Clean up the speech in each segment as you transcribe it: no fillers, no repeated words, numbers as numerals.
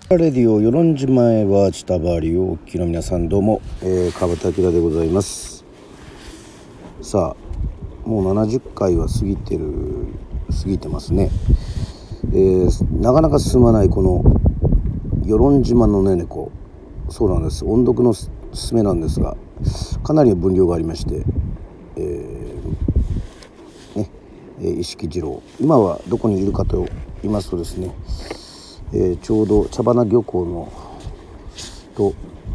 レディオ与論島へはチタバリをお聞きの皆さんどうも、川端明でございます。さあもう70回は過ぎてますね。なかなか進まないこの与論島のねねこ、そうなんです。音読のすすめなんですが、かなりの分量がありまして、石木二郎、今はどこにいるかと言いますとですね、ちょうど茶花漁港のと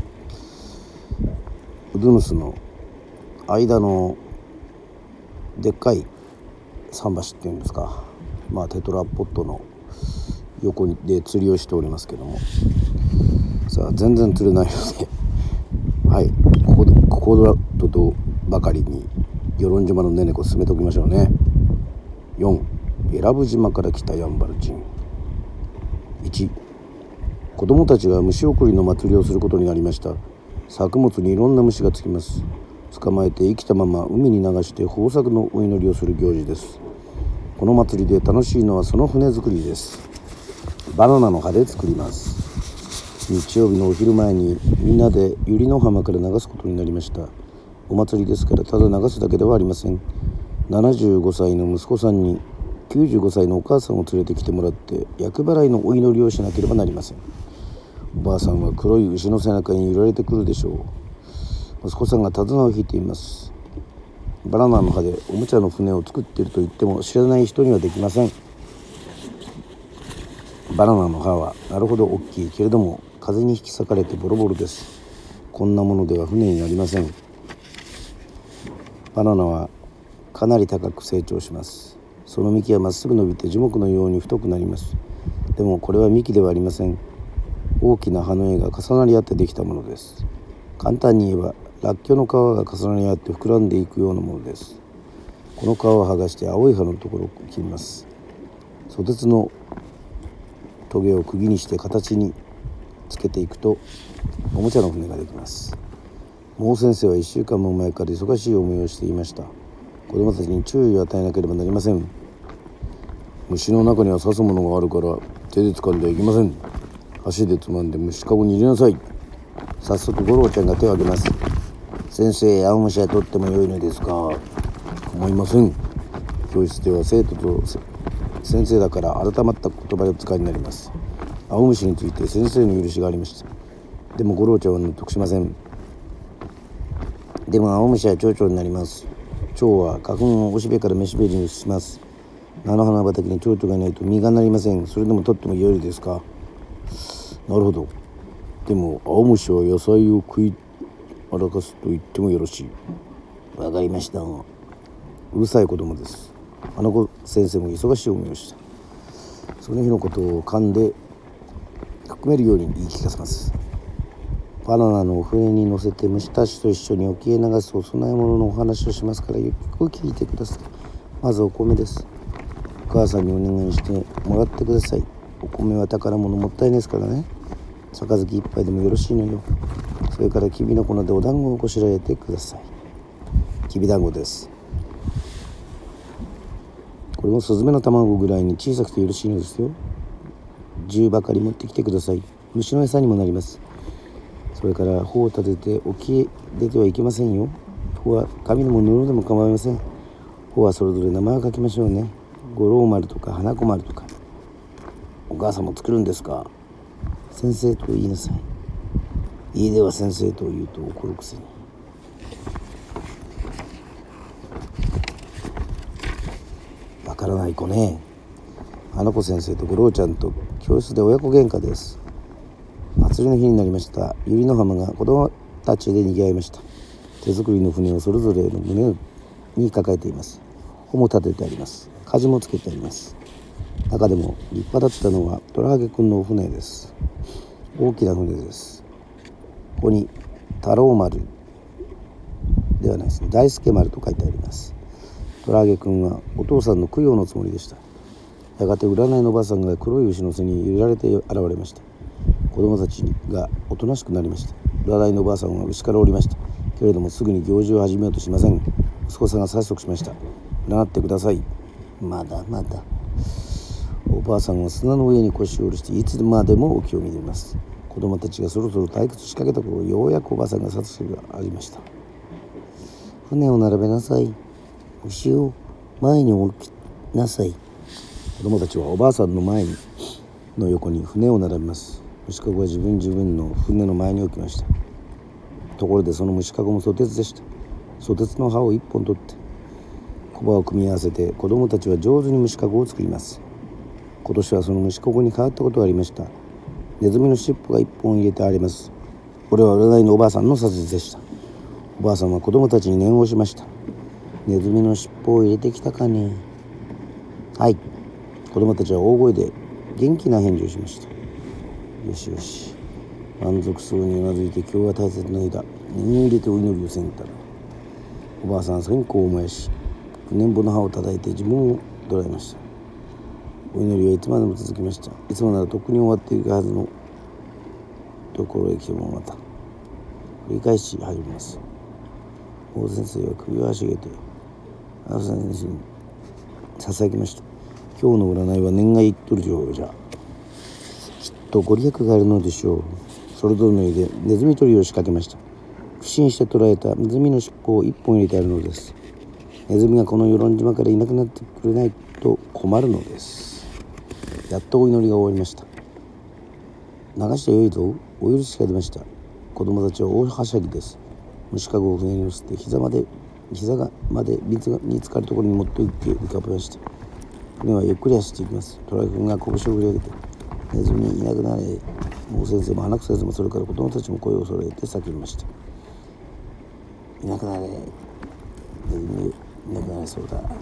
ウドゥヌスの間のでっかい桟橋っていうんですか、テトラポットの横で釣りをしておりますけども、さあ全然釣れないのではい、ここだとばかりに与論島のねねこ進めておきましょうね。4、選ぶ島から来たやんばる人。1、子供たちが虫送りの祭りをすることになりました。作物にいろんな虫がつきます。捕まえて生きたまま海に流して豊作のお祈りをする行事です。この祭りで楽しいのはその船作りです。バナナの葉で作ります。日曜日のお昼前にみんなで百合の浜から流すことになりました。お祭りですからただ流すだけではありません。75歳の息子さんに95歳のお母さんを連れてきてもらって厄払いのお祈りをしなければなりません。おばあさんは黒い牛の背中に揺られてくるでしょう。息子さんが手綱を引いています。バナナの葉でおもちゃの船を作っていると言っても知らない人にはできません。バナナの葉はなるほど大きいけれども風に引き裂かれてボロボロです。こんなものでは船になりません。バナナはかなり高く成長します。その幹はまっすぐ伸びて樹木のように太くなります。でもこれは幹ではありません。大きな葉の絵が重なり合ってできたものです。簡単に言えばらっきょうの皮が重なり合って膨らんでいくようなものです。この皮を剥がして青い葉のところを切ります。ソテツのトゲを釘にして形につけていくとおもちゃの船ができます。モー先生は1週間も前から忙しい思いをしていました。子供たちに注意を与えなければなりません。虫の中には刺すものがあるから手で掴んではいけません。足でつまんで虫かごに入れなさい。早速五郎ちゃんが手を挙げます。先生、青虫は取ってもよいのですか？思いません。教室では生徒と先生だから改まった言葉で使いになります。青虫について先生の許しがありました。でも五郎ちゃんは納得しません。でも青虫は蝶々になります。蝶は花粉をおしべからめしべに移します。菜の花畑に蝶々がいないと実がなりません。それでも取ってもよいですか？なるほど。でも青虫は野菜を食い荒らかすと言ってもよろしい。わかりました。うるさい子供です。あの子先生も忙しい思いをした。その日のことを噛んで含めるように言い聞かせます。バナナのお船に乗せて虫たちと一緒に沖へ流すお供え物のお話をしますからよく聞いてください。まずお米です。お母さんにお願いしてもらってください。お米は宝物もったいないですからね。杯一杯でもよろしいのよ。それからきびの粉でお団子をこしらえてください。きび団子です。これもスズメの卵ぐらいに小さくてよろしいのですよ。10ばかり持ってきてください。虫の餌にもなります。それから帆を立てて沖へ出てはいけませんよ。帆は紙でも布でも構いません。帆はそれぞれ名前を書きましょうね。五郎丸とか花子丸とか。お母さんも作るんですか？先生と言いなさい。家では先生と言うと怒るくせに。わからない子ね。花子先生と五郎ちゃんと教室で親子喧嘩です。祭りの日になりました。百合の浜が子供たちで賑わいました。手作りの船をそれぞれの胸に抱えています。帆も立ててあります。舵もつけてあります。中でも立派だったのはトラハゲくんのお船です。大きな船です。ここに太郎丸ではないですね、大輔丸と書いてあります。トラハゲくんはお父さんの供養のつもりでした。やがて占いのおばあさんが黒い牛の背に揺られて現れました。子供たちがおとなしくなりました。占いのおばあさんは牛から降りました。けれどもすぐに行事を始めようとしません。息子さんが催促しました。占ってください。まだまだ。 おばあさんは砂の上に腰を下ろしていつまでも沖を見ています。子供たちがそろそろ退屈しかけた頃、ようやくおばあさんが諭しがありました。船を並べなさい。牛を前に置きなさい。子供たちはおばあさんの前の横に船を並べます。虫かごは自分の船の前に置きました。ところでその虫かごもソテツでした。ソテツの葉を一本取って小刃を組み合わせて子供たちは上手に虫かごを作ります。今年はその虫かごに変わったことがありました。ネズミの尻尾が一本入れてあります。これは占いのおばあさんの指図でした。おばあさんは子供たちに念を押しました。ネズミの尻尾を入れてきたかね。はい。子供たちは大声で元気な返事をしました。よしよし。満足そうにうなずいて、今日は大切な日だ。念を入れてお祈りをせんたら。おばあさんは線香を燃やし、不燃簿の葉を叩いて自分を捕らえました。お祈りはいつまでも続きました。いつもならとっくに終わっているはずのところへ来てもまた繰り返し始めます。大先生は首をはしげてあの先生にささやきました。今日の占いは年が言っとるようじゃ。きっとご利益があるのでしょう。それぞれの家でネズミ捕りを仕掛けました。不審して捕らえたネズミの尻尾を一本入れてあるのです。ネズミがこの与論島からいなくなってくれないと困るのです。やっとお祈りが終わりました。流してよいぞ。お許しが出ました。子供たちは大はしゃぎです。虫かごを船に乗せて膝がまで水に浸かるところに持って行って浮かべました。船はゆっくり走っていきます。トラ君が拳を振り上げて、ネズミいなくなれ。もう先生も花子先生もそれから子供たちも声を揃えて叫びました。いなくなれ。ネズミいなくなれそうだ。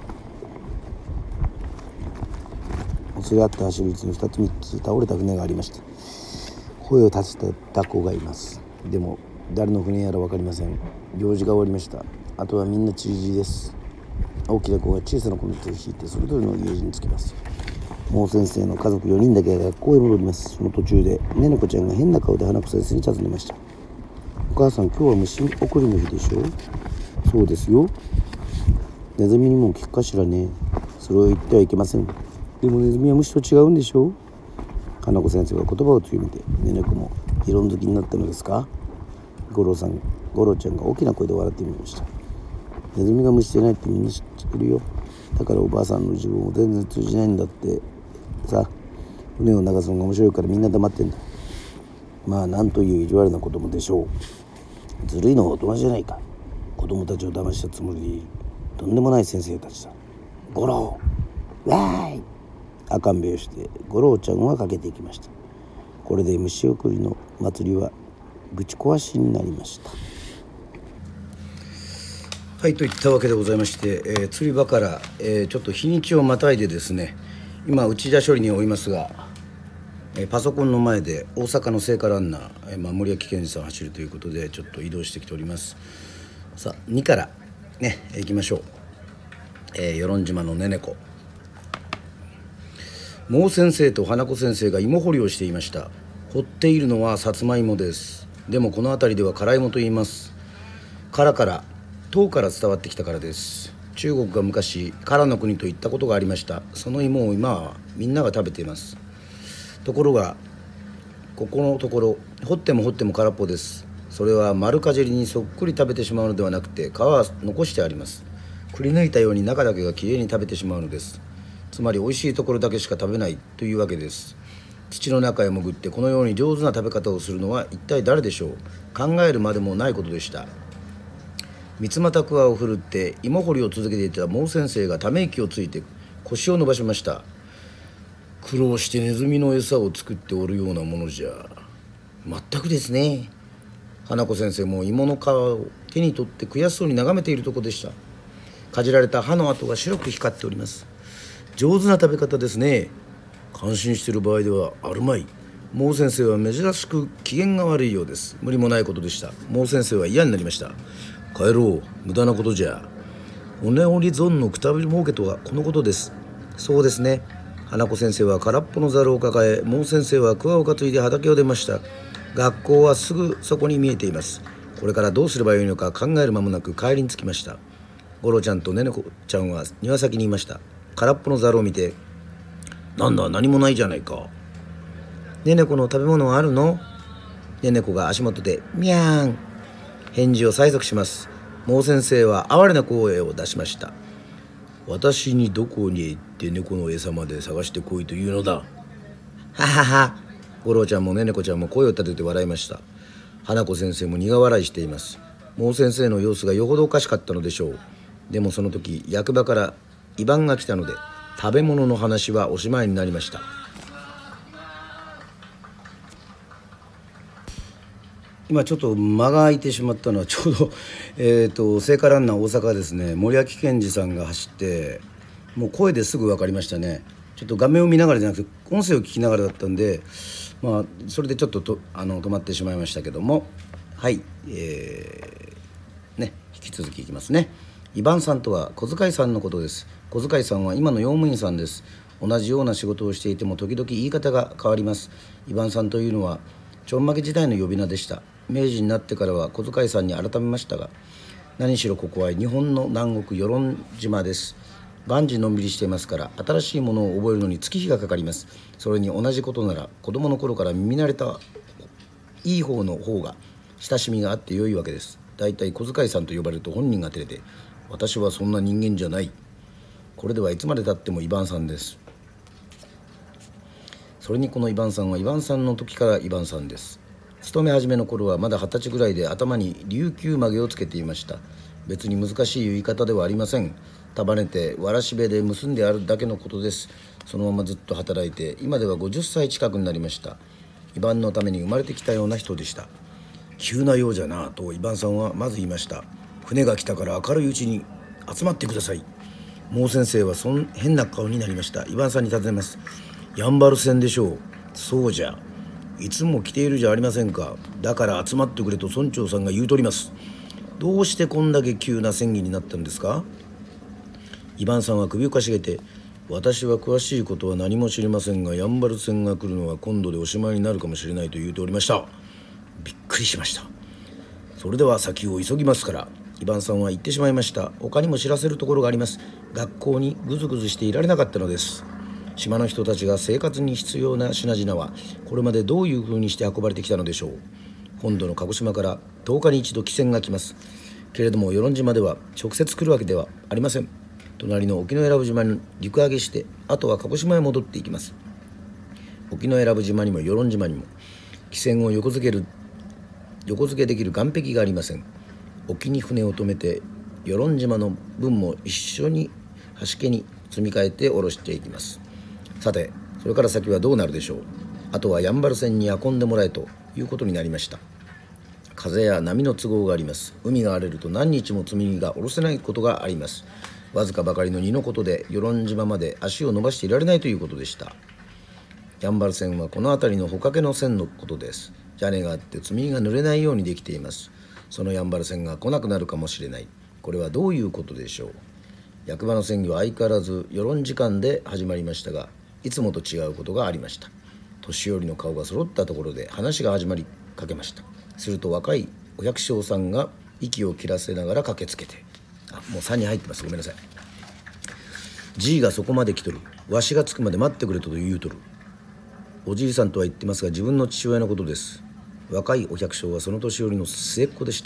すれ合って走るうちに2つ3つ倒れた船がありました。声を立てた子がいます。でも誰の船やら分かりません。行事が終わりました。あとはみんな散り散りです。大きな子が小さな子の手を引いてそれぞれの家路に着きます。もう先生の家族4人だけが学校へ戻ります。その途中でねねこちゃんが変な顔で花子先生に尋ねました。お母さん、今日は虫送りの日でしょ。そうですよ。ネズミにも聞くかしらね。それを言ってはいけません。でもネズミは虫と違うんでしょう。花子先生は言葉を強めて、ねねこも議論好きになったのですか。五郎ちゃんが大きな声で笑ってみました。ネズミが虫でないってみんな知ってるよ。だからおばあさんの自分も全然通じないんだってさ。船を流すのが面白いからみんな黙ってんだ。まあなんという意地悪な子供でしょう。ずるいのは大人じゃないか。子供たちを騙したつもりでいる。とんでもない先生たちだ。五郎、わーい。赤んべをして五郎ちゃんはかけていきました。これで虫送りの祭りはぶち壊しになりました。はい、といったわけでございまして、釣り場から、ちょっと日にちをまたいでですね、今内田処理におりますが、パソコンの前で大阪の聖火ランナー、森脇健児さん走るということでちょっと移動してきております。さあ2からね行きましょう。与論島のねねこ。もう先生と花子先生が芋掘りをしていました。掘っているのはさつまいもです。でもこの辺りでは辛いもと言います。唐から唐から伝わってきたからです。中国が昔唐の国と言ったことがありました。その芋を今はみんなが食べています。ところがここのところ掘っても掘っても空っぽです。それは丸かじりにそっくり食べてしまうのではなくて、皮は残してあります。くり抜いたように中だけがきれいに食べてしまうのです。つまり美味しいところだけしか食べないというわけです。土の中へ潜ってこのように上手な食べ方をするのは一体誰でしょう。考えるまでもないことでした。三つ股くわを振るって芋掘りを続けていたモウ先生がため息をついて腰を伸ばしました。苦労してネズミの餌を作っておるようなものじゃ。全くですね。花子先生も芋の皮を手に取って悔しそうに眺めているところでした。かじられた歯の跡が白く光っております。上手な食べ方ですね。感心している場合ではあるまい。モウ先生は珍しく機嫌が悪いようです。無理もないことでした。モウ先生は嫌になりました。帰ろう。無駄なことじゃ。おねおり損のくたび儲けとはこのことです。そうですね。花子先生は空っぽのざるを抱え、モウ先生は桑を担いで畑を出ました。学校はすぐそこに見えています。これからどうすればよいのか考える間もなく帰りに着きました。ゴロちゃんとねねこちゃんは庭先にいました。空っぽのざるを見て、 なんだ、何もないじゃないか。ねねこの食べ物はあるの？ねねこが足元でミャーン返事を催促します。モー先生は哀れな声を出しました。私にどこに行って猫の餌まで探してこいというのだ。ははは。五郎ちゃんもねねこちゃんも声を立てて笑いました。花子先生も苦笑いしています。モー先生の様子がよほどおかしかったのでしょう。でもその時役場から異番が来たので食べ物の話はおしまいになりました。今ちょっと間が空いてしまったのはちょうど聖火ランナー大阪ですね、森脇健児さんが走って、もう声ですぐ分かりましたね。ちょっと画面を見ながらじゃなくて音声を聞きながらだったんで、それでちょっと止まってしまいましたけども、はい、引き続きいきますね。イバンさんとは小遣いさんのことです。小遣いさんは今の用務員さんです。同じような仕事をしていても時々言い方が変わります。イバンさんというのはちょんまげ時代の呼び名でした。明治になってからは小遣いさんに改めましたが、何しろここは日本の南国与論島です。万事のんびりしていますから、新しいものを覚えるのに月日がかかります。それに同じことなら子供の頃から耳慣れたいい方の方が親しみがあって良いわけです。だいたい小遣いさんと呼ばれると本人が照れて、私はそんな人間じゃない、これではいつまでたってもイバンさんです。それにこのイバンさんはイバンさんの時からイバンさんです。勤め始めの頃はまだ20歳ぐらいで頭に琉球曲げをつけていました。別に難しい言い方ではありません。束ねてわらしべで結んであるだけのことです。そのままずっと働いて今では50歳近くになりました。イバンのために生まれてきたような人でした。急なようじゃなとイバンさんはまず言いました。船が来たから明るいうちに集まってください。モー先生は変な顔になりました。イバンさんに尋ねます。やんばる船でしょう。そうじゃ、いつも来ているじゃありませんか。だから集まってくれと村長さんが言うとります。どうしてこんだけ急な戦議になったんですか。イバンさんは首をかしげて、私は詳しいことは何も知りませんが、やんばる船が来るのは今度でおしまいになるかもしれないと言うておりました。びっくりしました。それでは先を急ぎますから、イバンさんは言ってしまいました。他にも知らせるところがあります。学校にぐずぐずしていられなかったのです。島の人たちが生活に必要な品々はこれまでどういうふうにして運ばれてきたのでしょう。本土の鹿児島から10日に一度汽船が来ますけれども、与論島では直接来るわけではありません。隣の沖永良部島に陸揚げして、あとは鹿児島へ戻っていきます。沖永良部島にも与論島にも汽船を横付けできる岸壁がありません。沖に船を止めて与論島の分も一緒に橋家に積み替えて下ろしていきます。さて、それから先はどうなるでしょう。あとはやんばる船に運んでもらえということになりました。風や波の都合があります。海が荒れると何日も積み荷が下ろせないことがあります。わずかばかりの荷のことで与論島まで足を伸ばしていられないということでした。やんばる船はこの辺りの帆掛けの船のことです。屋根があって積み荷が濡れないようにできています。そのやんばる船が来なくなるかもしれない。これはどういうことでしょう。役場の戦議は相変わらず与論時間で始まりましたが、いつもと違うことがありました。年寄りの顔が揃ったところで話が始まりかけました。すると若いお百姓さんが息を切らせながら駆けつけて、もう3に入ってます。ごめんなさい。じいがそこまで来とる。わしが着くまで待ってくれと言うとる。おじいさんとは言ってますが、自分の父親のことです。若いお百姓はその年寄りの末っ子でした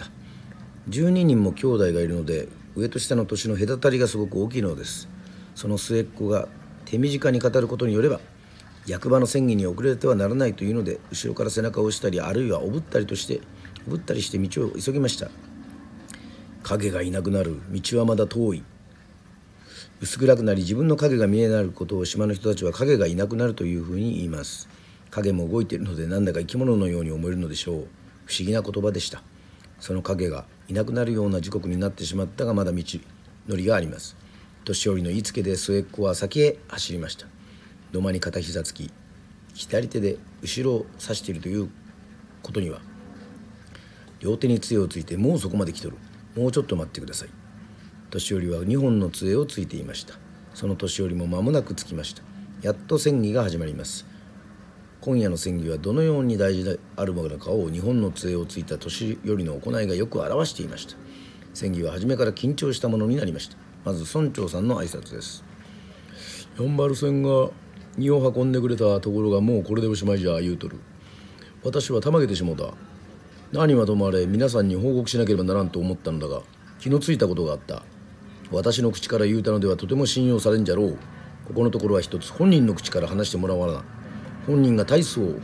。12人も兄弟がいるので、上と下の年の隔たりがすごく大きいのです。その末っ子が手短に語ることによれば、役場の戦議に遅れてはならないというので、後ろから背中を押したり、あるいはおぶったりして道を急ぎました。影がいなくなる。道はまだ遠い。薄暗くなり、自分の影が見えなることを島の人たちは影がいなくなるというふうに言います。影も動いているので、なんだか生き物のように思えるのでしょう。不思議な言葉でした。その影がいなくなるような時刻になってしまったが、まだ道のりがあります。年寄りの言いつけで末っ子は先へ走りました。土間に片膝つき、左手で後ろを指しているということには、両手に杖をついて、もうそこまで来とる。もうちょっと待ってください。年寄りは2本の杖をついていました。その年寄りも間もなく着きました。やっと戦議が始まります。今夜の戦議はどのように大事であるものかを2本の杖をついた年寄りの行いがよく表していました。戦議は初めから緊張したものになりました。まず村長さんの挨拶です。やんばる船が荷を運んでくれたところがもうこれでおしまいじゃ言うとる。私はたまげてしもうた。何はともあれ皆さんに報告しなければならんと思ったのだが、気のついたことがあった。私の口から言うたのではとても信用されんじゃろう。ここのところは一つ本人の口から話してもらわな。本人が大層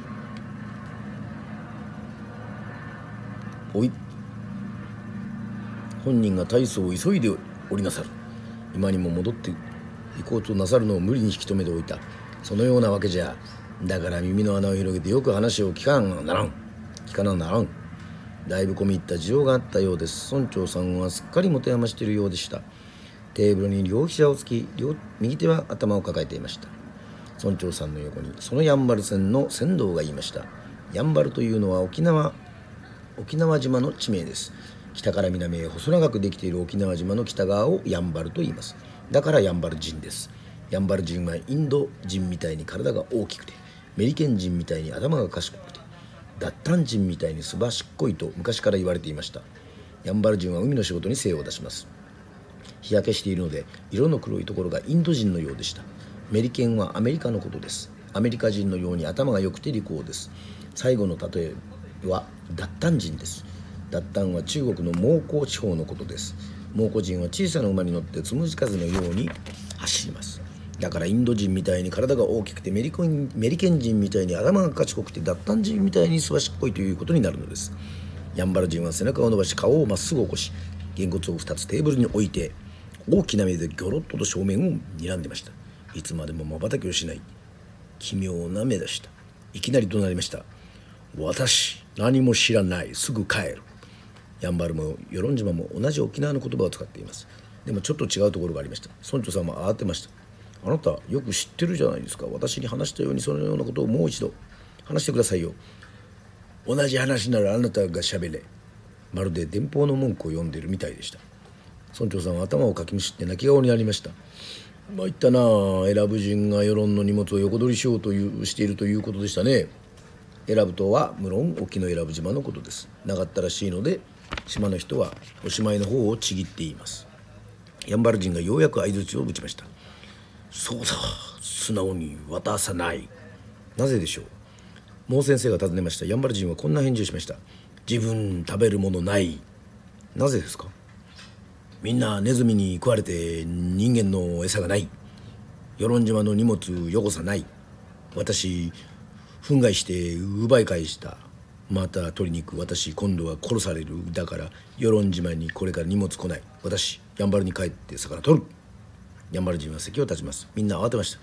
本人が大層急いでおりなさる。今にも戻って行こうとなさるのを無理に引き止めておいた。そのようなわけじゃ。だから耳の穴を広げてよく話を聞かなならん。だいぶ込み入った事情があったようです。村長さんはすっかり持て余しているようでした。テーブルに両膝をつき、右手は頭を抱えていました。村長さんの横にそのやんばる船の船頭が言いました。やんばるというのは沖縄島の地名です。北から南へ細長くできている沖縄島の北側をやんばると言います。だからやんばる人です。やんばる人はインド人みたいに体が大きくて、メリケン人みたいに頭が賢くて、ダッタン人みたいにすばしっこいと昔から言われていました。やんばる人は海の仕事に精を出します。日焼けしているので色の黒いところがインド人のようでした。メリケンはアメリカのことです。アメリカ人のように頭が良くて利口です。最後の例えはダッタン人です。ダッタンは中国の蒙古地方のことです。蒙古人は小さな馬に乗ってつむじ風のように走ります。だからインド人みたいに体が大きくてメリケン人みたいに頭が賢くてダッタン人みたいにすばしっこいということになるのです。やんばる人は背中を伸ばし顔をまっすぐ起こし、げんこつを2つテーブルに置いて大きな目でギョロッと正面を睨んでました。いつまでも瞬きをしない奇妙な目でした。いきなり怒鳴りました。私何も知らない、すぐ帰る。やんばるも与論島も同じ沖縄の言葉を使っています。でもちょっと違うところがありました。村長さんは慌てました。あなたよく知ってるじゃないですか。私に話したようにそのようなことをもう一度話してくださいよ。同じ話ならあなたがしゃべれ。まるで電報の文句を読んでいるみたいでした。村長さんは頭をかきむしって泣き顔になりました。参ったなあ。エラブ人が世論の荷物を横取りしようとしているということでしたね。エラブとは無論沖永良部島のことです。なかったらしいので島の人はおしまいの方をちぎって言います。やんばる人がようやく相槌を打ちました。そうだ、素直に渡さない。なぜでしょう。モー先生が尋ねました。やんばる人はこんな返事をしました。自分食べるものない。なぜですか。みんなネズミに食われて人間の餌がない。与論島の荷物よこさない。私憤慨して奪い返した。また取りに行く。私今度は殺される。だから与論島にこれから荷物来ない。私やんばるに帰って魚取る。やんばる人は席を立ちます。みんな慌てました。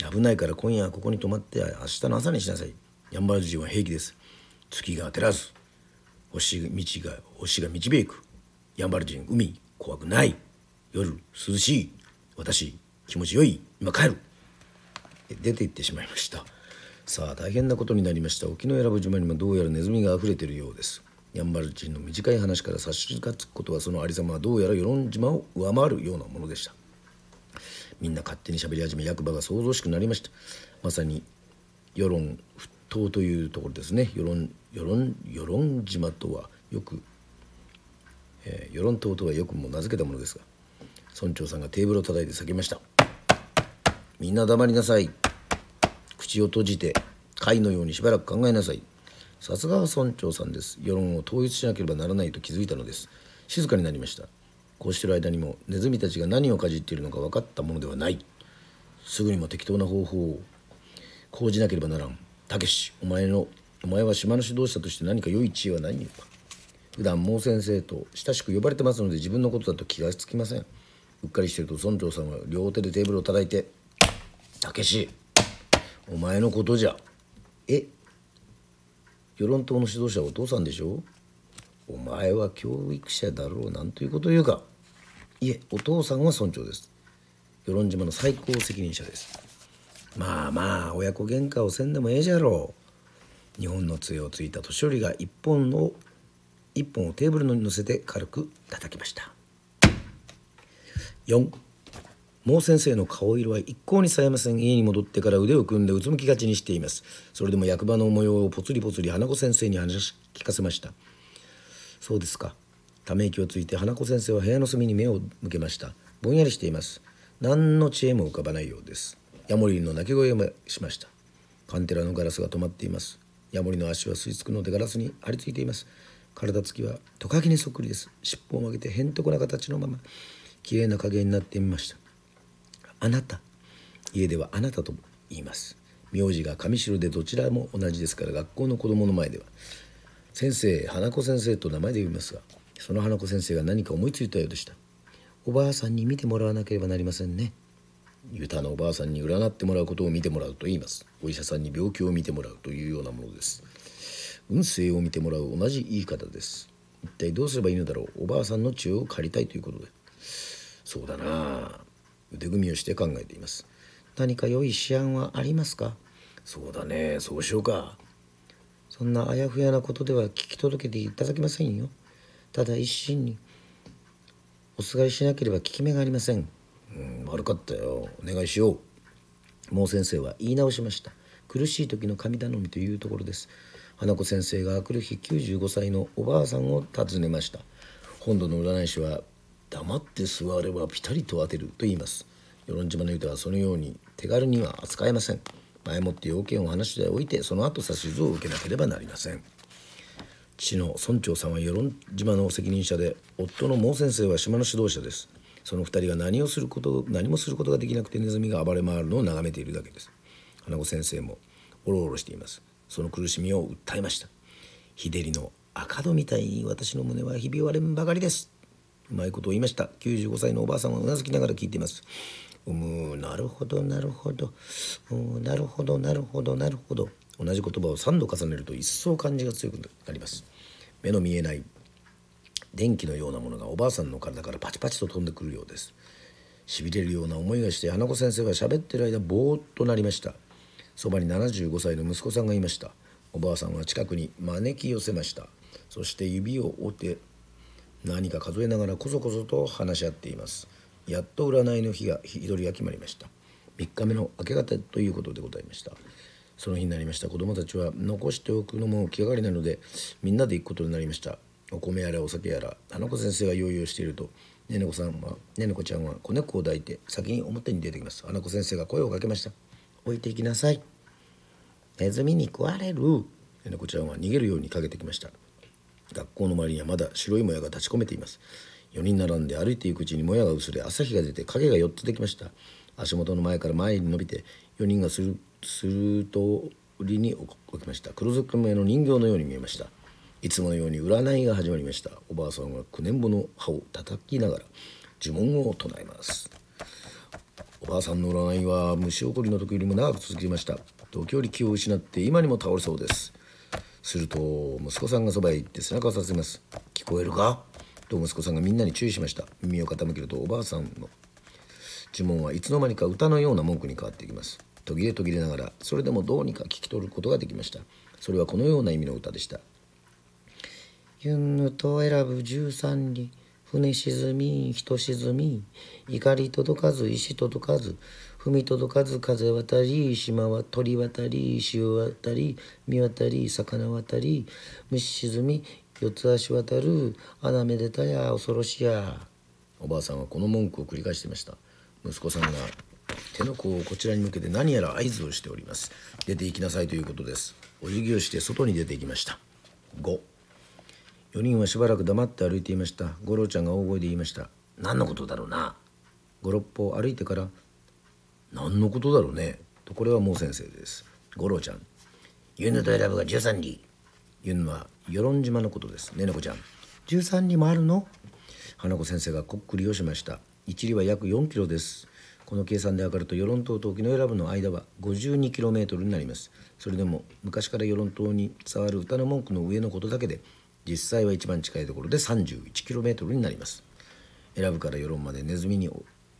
危ないから今夜はここに泊まって明日の朝にしなさい。やんばる人は平気です。月が照らず星が導く。やんばる人海怖くない。夜涼しい。私気持ちよい。今帰る。出て行ってしまいました。さあ大変なことになりました。沖永良部島にもどうやらネズミがあふれているようです。やんばる人の短い話から察しがつくことは、そのありさまはどうやら与論島を上回るようなものでした。みんな勝手に喋り始め、役場が騒々しくなりました。まさに与論沸騰というところですね。与論島とはよく、与論島とはよくも名付けたものですが、村長さんがテーブルを叩いて叫びました。みんな黙りなさい。口を閉じて貝のようにしばらく考えなさい。さすがは村長さんです。世論を統一しなければならないと気づいたのです。静かになりました。こうしている間にもネズミたちが何をかじっているのか分かったものではない。すぐにも適当な方法を講じなければならん。たけし、お前は島の指導者として何か良い知恵はないのか。普段毛先生と親しく呼ばれてますので自分のことだと気がつきません。うっかりしていると村長さんは両手でテーブルを叩いて、たけし、お前のことじゃ。与論島の指導者はお父さんでしょ。お前は教育者だろう。なんということを言うか。いえ、お父さんは村長です。与論島の最高責任者です。まあまあ親子喧嘩をせんでもええじゃろう。日本の杖をついた年寄りが一本をテーブルに乗せて軽く叩きました。4、毛先生の顔色は一向にさえません。家に戻ってから腕を組んでうつむきがちにしています。それでも役場の模様をぽつりぽつり花子先生に話し聞かせました。そうですか。ため息をついて花子先生は部屋の隅に目を向けました。ぼんやりしています。何の知恵も浮かばないようです。 ヤモリの鳴き声がしました。カンテラのガラスが止まっています。ヤモリの足は吸い付くのでガラスに張り付いています。体つきはトカゲにそっくりです。尻尾を曲げてへんとこな形のままきれいな影になってみました。あなた、家ではあなたと言います。名字が上白でどちらも同じですから、学校の子供の前では先生、花子先生と名前で呼びますが、その花子先生が何か思いついたようでした。おばあさんに見てもらわなければなりませんね。ユタのおばあさんに占ってもらうことを見てもらうと言います。お医者さんに病気を見てもらうというようなものです。運勢を見てもらう同じ言い方です。一体どうすればいいのだろう。おばあさんの知恵を借りたいということで。そうだな。腕組みをして考えています。何か良い思案はありますか。そうだね、そうしようか。そんなあやふやなことでは聞き届けていただけませんよ。ただ一心におすがりしなければ効き目がありません。悪かったよ。お願いしよう。もう先生は言い直しました。苦しい時の神頼みというところです。花子先生が来る日95歳のおばあさんを訪ねました。本土の占い師は黙って座ればピタリと当てると言います。与論島の歌はそのように手軽には扱えません。前もって要件を話しておいて、その後指図を受けなければなりません。父の村長さんは与論島の責任者で、夫の毛先生は島の指導者です。その二人が何もすることができなくて、ネズミが暴れ回るのを眺めているだけです。花子先生もおろおろしています。その苦しみを訴えました。日照りの赤戸みたいに私の胸はひび割れんばかりです。うまいことを言いました。95歳のおばあさんはうなずきながら聞いています。なるほどなるほど、なるほどなるほどなるほど。同じ言葉を3度重ねると一層感じが強くなります。目の見えない電気のようなものがおばあさんの体からパチパチと飛んでくるようです。しびれるような思いがして、花子先生は喋ってる間ぼーっとなりました。そばに75歳の息子さんがいました。おばあさんは近くに招き寄せました。そして指を折って何か数えながらこそこそと話し合っています。やっと占いの日取りが決まりました。3日目の明け方ということでございました。その日になりました。子供たちは残しておくのも気がかりなので、みんなで行くことになりました。お米やらお酒やら、花子先生が用意をしていると、ねねこちゃんは子猫を抱いて先に表に出てきます。花子先生が声をかけました。置いていきなさい。ネズミに食われる。ねねこちゃんは逃げるようにかけてきました。学校の周りにはまだ白いもやが立ち込めています。4人並んで歩いていくうちにもやが薄れ、朝日が出て影が4つできました。足元の前から前に伸びて、4人がするとりに起きました。黒ずくめの人形のように見えました。いつものように占いが始まりました。おばあさんは9年後の歯を叩きながら呪文を唱えます。おばあさんの占いは虫起こりの時よりも長く続きました。時折気を失って今にも倒れそうです。すると息子さんがそばへ行って背中をさせます。聞こえるかと息子さんがみんなに注意しました。耳を傾けるとおばあさんの呪文はいつの間にか歌のような文句に変わっていきます。途切れながら、それでもどうにか聞き取ることができました。それはこのような意味の歌でした。ユンヌと選ぶ13里、船沈み人沈み、怒り届かず石届かず、踏み届かず風渡り、島は鳥渡り、潮渡り、見渡り、魚渡り、虫沈み四つ足渡る、穴めでたや恐ろしや。おばあさんはこの文句を繰り返していました。息子さんが手の甲をこちらに向けて何やら合図をしております。出て行きなさいということです。お辞儀をして外に出て行きました。5、4人はしばらく黙って歩いていました。五郎ちゃんが大声で言いました。何のことだろうな。5、6歩歩いてから、何のことだろうねと、これはもう先生です。五郎ちゃん、ユンヌと選ぶが13里。ユンヌは与論島のことです。ねねこちゃん、13里もあるの。花子先生がこっくりをしました。1里は約4キロです。この計算で測ると与論島と沖永良部の間は 52km になります。それでも昔から与論島に伝わる歌の文句の上のことだけで、実際は一番近いところで 31km になります。選ぶから与論までネズミに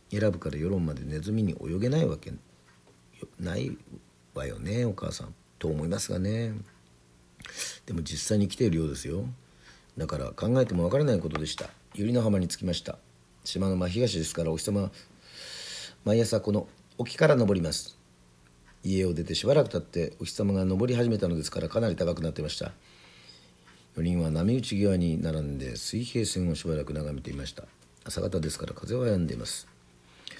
泳げないわけないわよね、お母さんと思いますがね。でも実際に来ているようですよ。だから考えてもわからないことでした。百合の浜に着きました。島の真東ですから、お日様は毎朝この沖から昇ります。家を出てしばらく経ってお日様が昇り始めたのですから、かなり高くなっていました。4人は波打ち際に並んで水平線をしばらく眺めていました。朝方ですから風は止んでいます。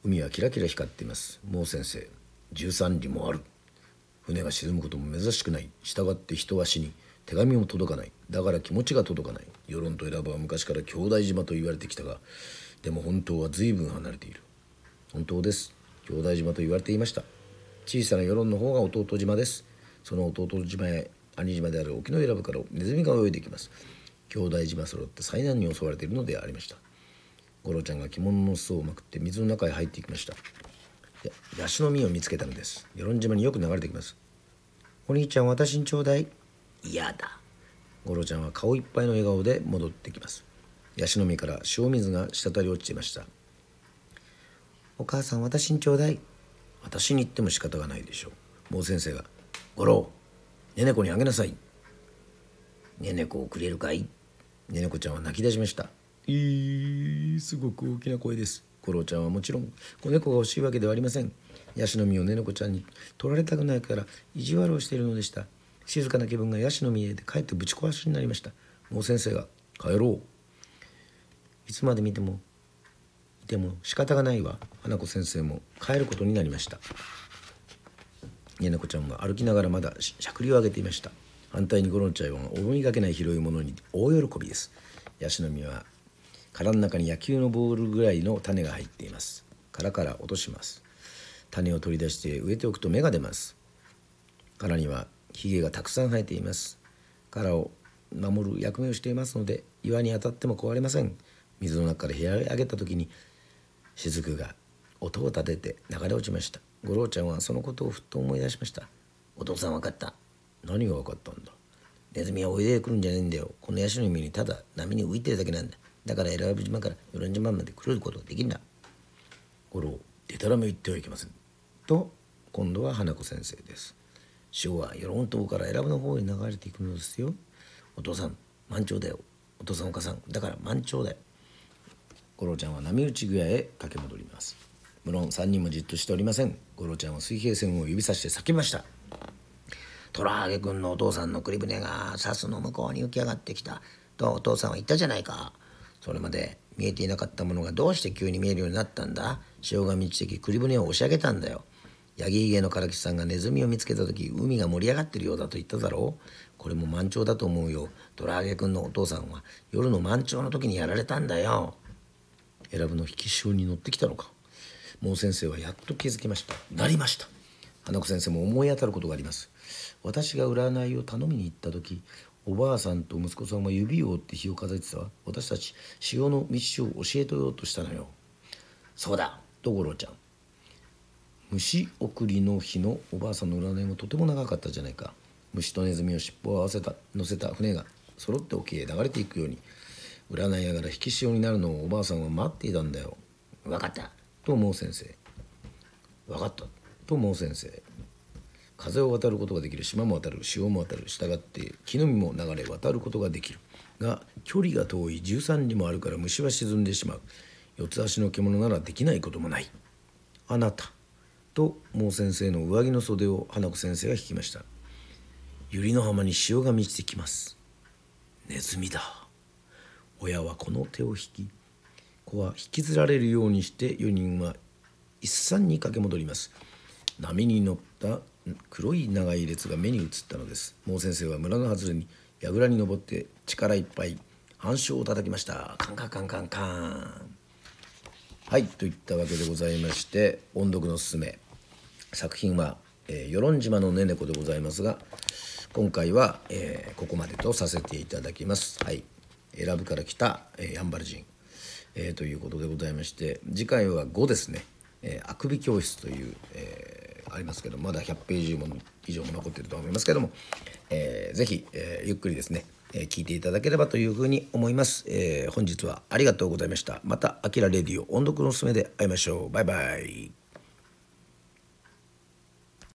海はキラキラ光っています。もう先生、13里もある。船が沈むことも珍しくない。従って人は死に、手紙も届かない。だから気持ちが届かない。与論と選ぶは昔から兄弟島と言われてきたが、でも本当は随分離れている。本当です。兄弟島と言われていました。小さな与論の方が弟島です。その弟島へ兄島である沖永良部からネズミが泳いできます。兄弟島揃って災難に襲われているのでありました。五郎ちゃんが着物の裾をまくって水の中へ入っていきました。ヤシの実を見つけたのです。与論島によく流れてきます。お兄ちゃん、私にちょうだい。嫌だ。五郎ちゃんは顔いっぱいの笑顔で戻ってきます。ヤシの実から塩水が滴り落ちていました。お母さん、私にちょうだい。私に言っても仕方がないでしょう。もう先生が、五郎、ねねこにあげなさい。ねねこをくれるかい。ねねこちゃんは泣き出しました。すごく大きな声です。五郎ちゃんはもちろん子猫が欲しいわけではありません。ヤシの実をねねこちゃんに取られたくないから意地悪をしているのでした。静かな気分がヤシの実へで帰ってぶち壊しになりました。もう先生が、帰ろう。いつまで見てもいても仕方がないわ。花子先生も帰ることになりました。ねねこちゃんは歩きながらまだしゃくりを上げていました。反対にゴロちゃんは思いがけない広いものに大喜びです。ヤシの実は殻の中に野球のボールぐらいの種が入っています。殻から落とします。種を取り出して植えておくと芽が出ます。殻にはひげがたくさん生えています。殻を守る役目をしていますので岩に当たっても壊れません。水の中から拾い上げた時に雫が音を立てて流れ落ちました。五郎ちゃんはそのことをふっと思い出しました。お父さん、分かった。何が分かったんだ。ネズミは泳いでくるんじゃないんだよ。このヤシの実にただ波に浮いてるだけなんだ。だから選ぶ島から与論島まで来ることができるんだ。五郎、でたらめ言ってはいけません。と今度は花子先生です。潮は与論島から選ぶの方へ流れていくのですよ。お父さん、満潮だよ。お父さん、お母さん、だから満潮だよ。五郎ちゃんは波打ち際へ駆け戻ります。無論3人もじっとしておりません。五郎ちゃんは水平線を指さして叫びました。トラハゲ君のお父さんの栗船がサスの向こうに浮き上がってきたとお父さんは言ったじゃないか。それまで見えていなかったものがどうして急に見えるようになったんだ。潮が満ちてき栗船を押し上げたんだよ。ヤギひげの唐吉さんがネズミを見つけた時、海が盛り上がってるようだと言っただろう。これも満潮だと思うよ。トラハゲ君のお父さんは夜の満潮の時にやられたんだよ。選ぶの引き潮に乗ってきたのか。もう先生はやっと気づきました。なりました。花子先生も思い当たることがあります。私が占いを頼みに行った時、おばあさんと息子さんは指を折って火を数えてたわ。私たち潮の道を教えとようとしたのよ。そうだと五郎ちゃん。虫送りの日のおばあさんの占いもとても長かったじゃないか。虫とネズミを尻尾を合わせた乗せた船が揃って沖へ流れていくように、占いながら引き潮になるのをおばあさんは待っていたんだよ。分かったと思う先生。分かったと思う先生。風を渡ることができる。島も渡る。潮も渡る。したがって木の実も流れ渡ることができる。が距離が遠い13里もあるから虫は沈んでしまう。四つ足の獣ならできないこともない。あなたともう先生の上着の袖を花子先生が引きました。百合の浜に潮が満ちてきます。ネズミだ。親はこの手を引き、子は引きずられるようにして4人は一山に駆け戻ります。波に乗った黒い長い列が目に映ったのです。もう先生は村の外れに櫓に登って力いっぱい半鐘を叩きました。カンカンカンカンカン。はい、といったわけでございまして、音読のすすめ作品は与論島のねねこでございますが、今回はここまでとさせていただきます。はい、選ぶから来たやんばる人、ということでございまして、次回は5ですね。あくび教室という、ありますけど、まだ100ページも以上も残っていると思いますけども、ぜひ、ゆっくりですね、聞いていただければというふうに思います。本日はありがとうございました。またあきらレディオ音読のおすすめで会いましょう。バイバイ。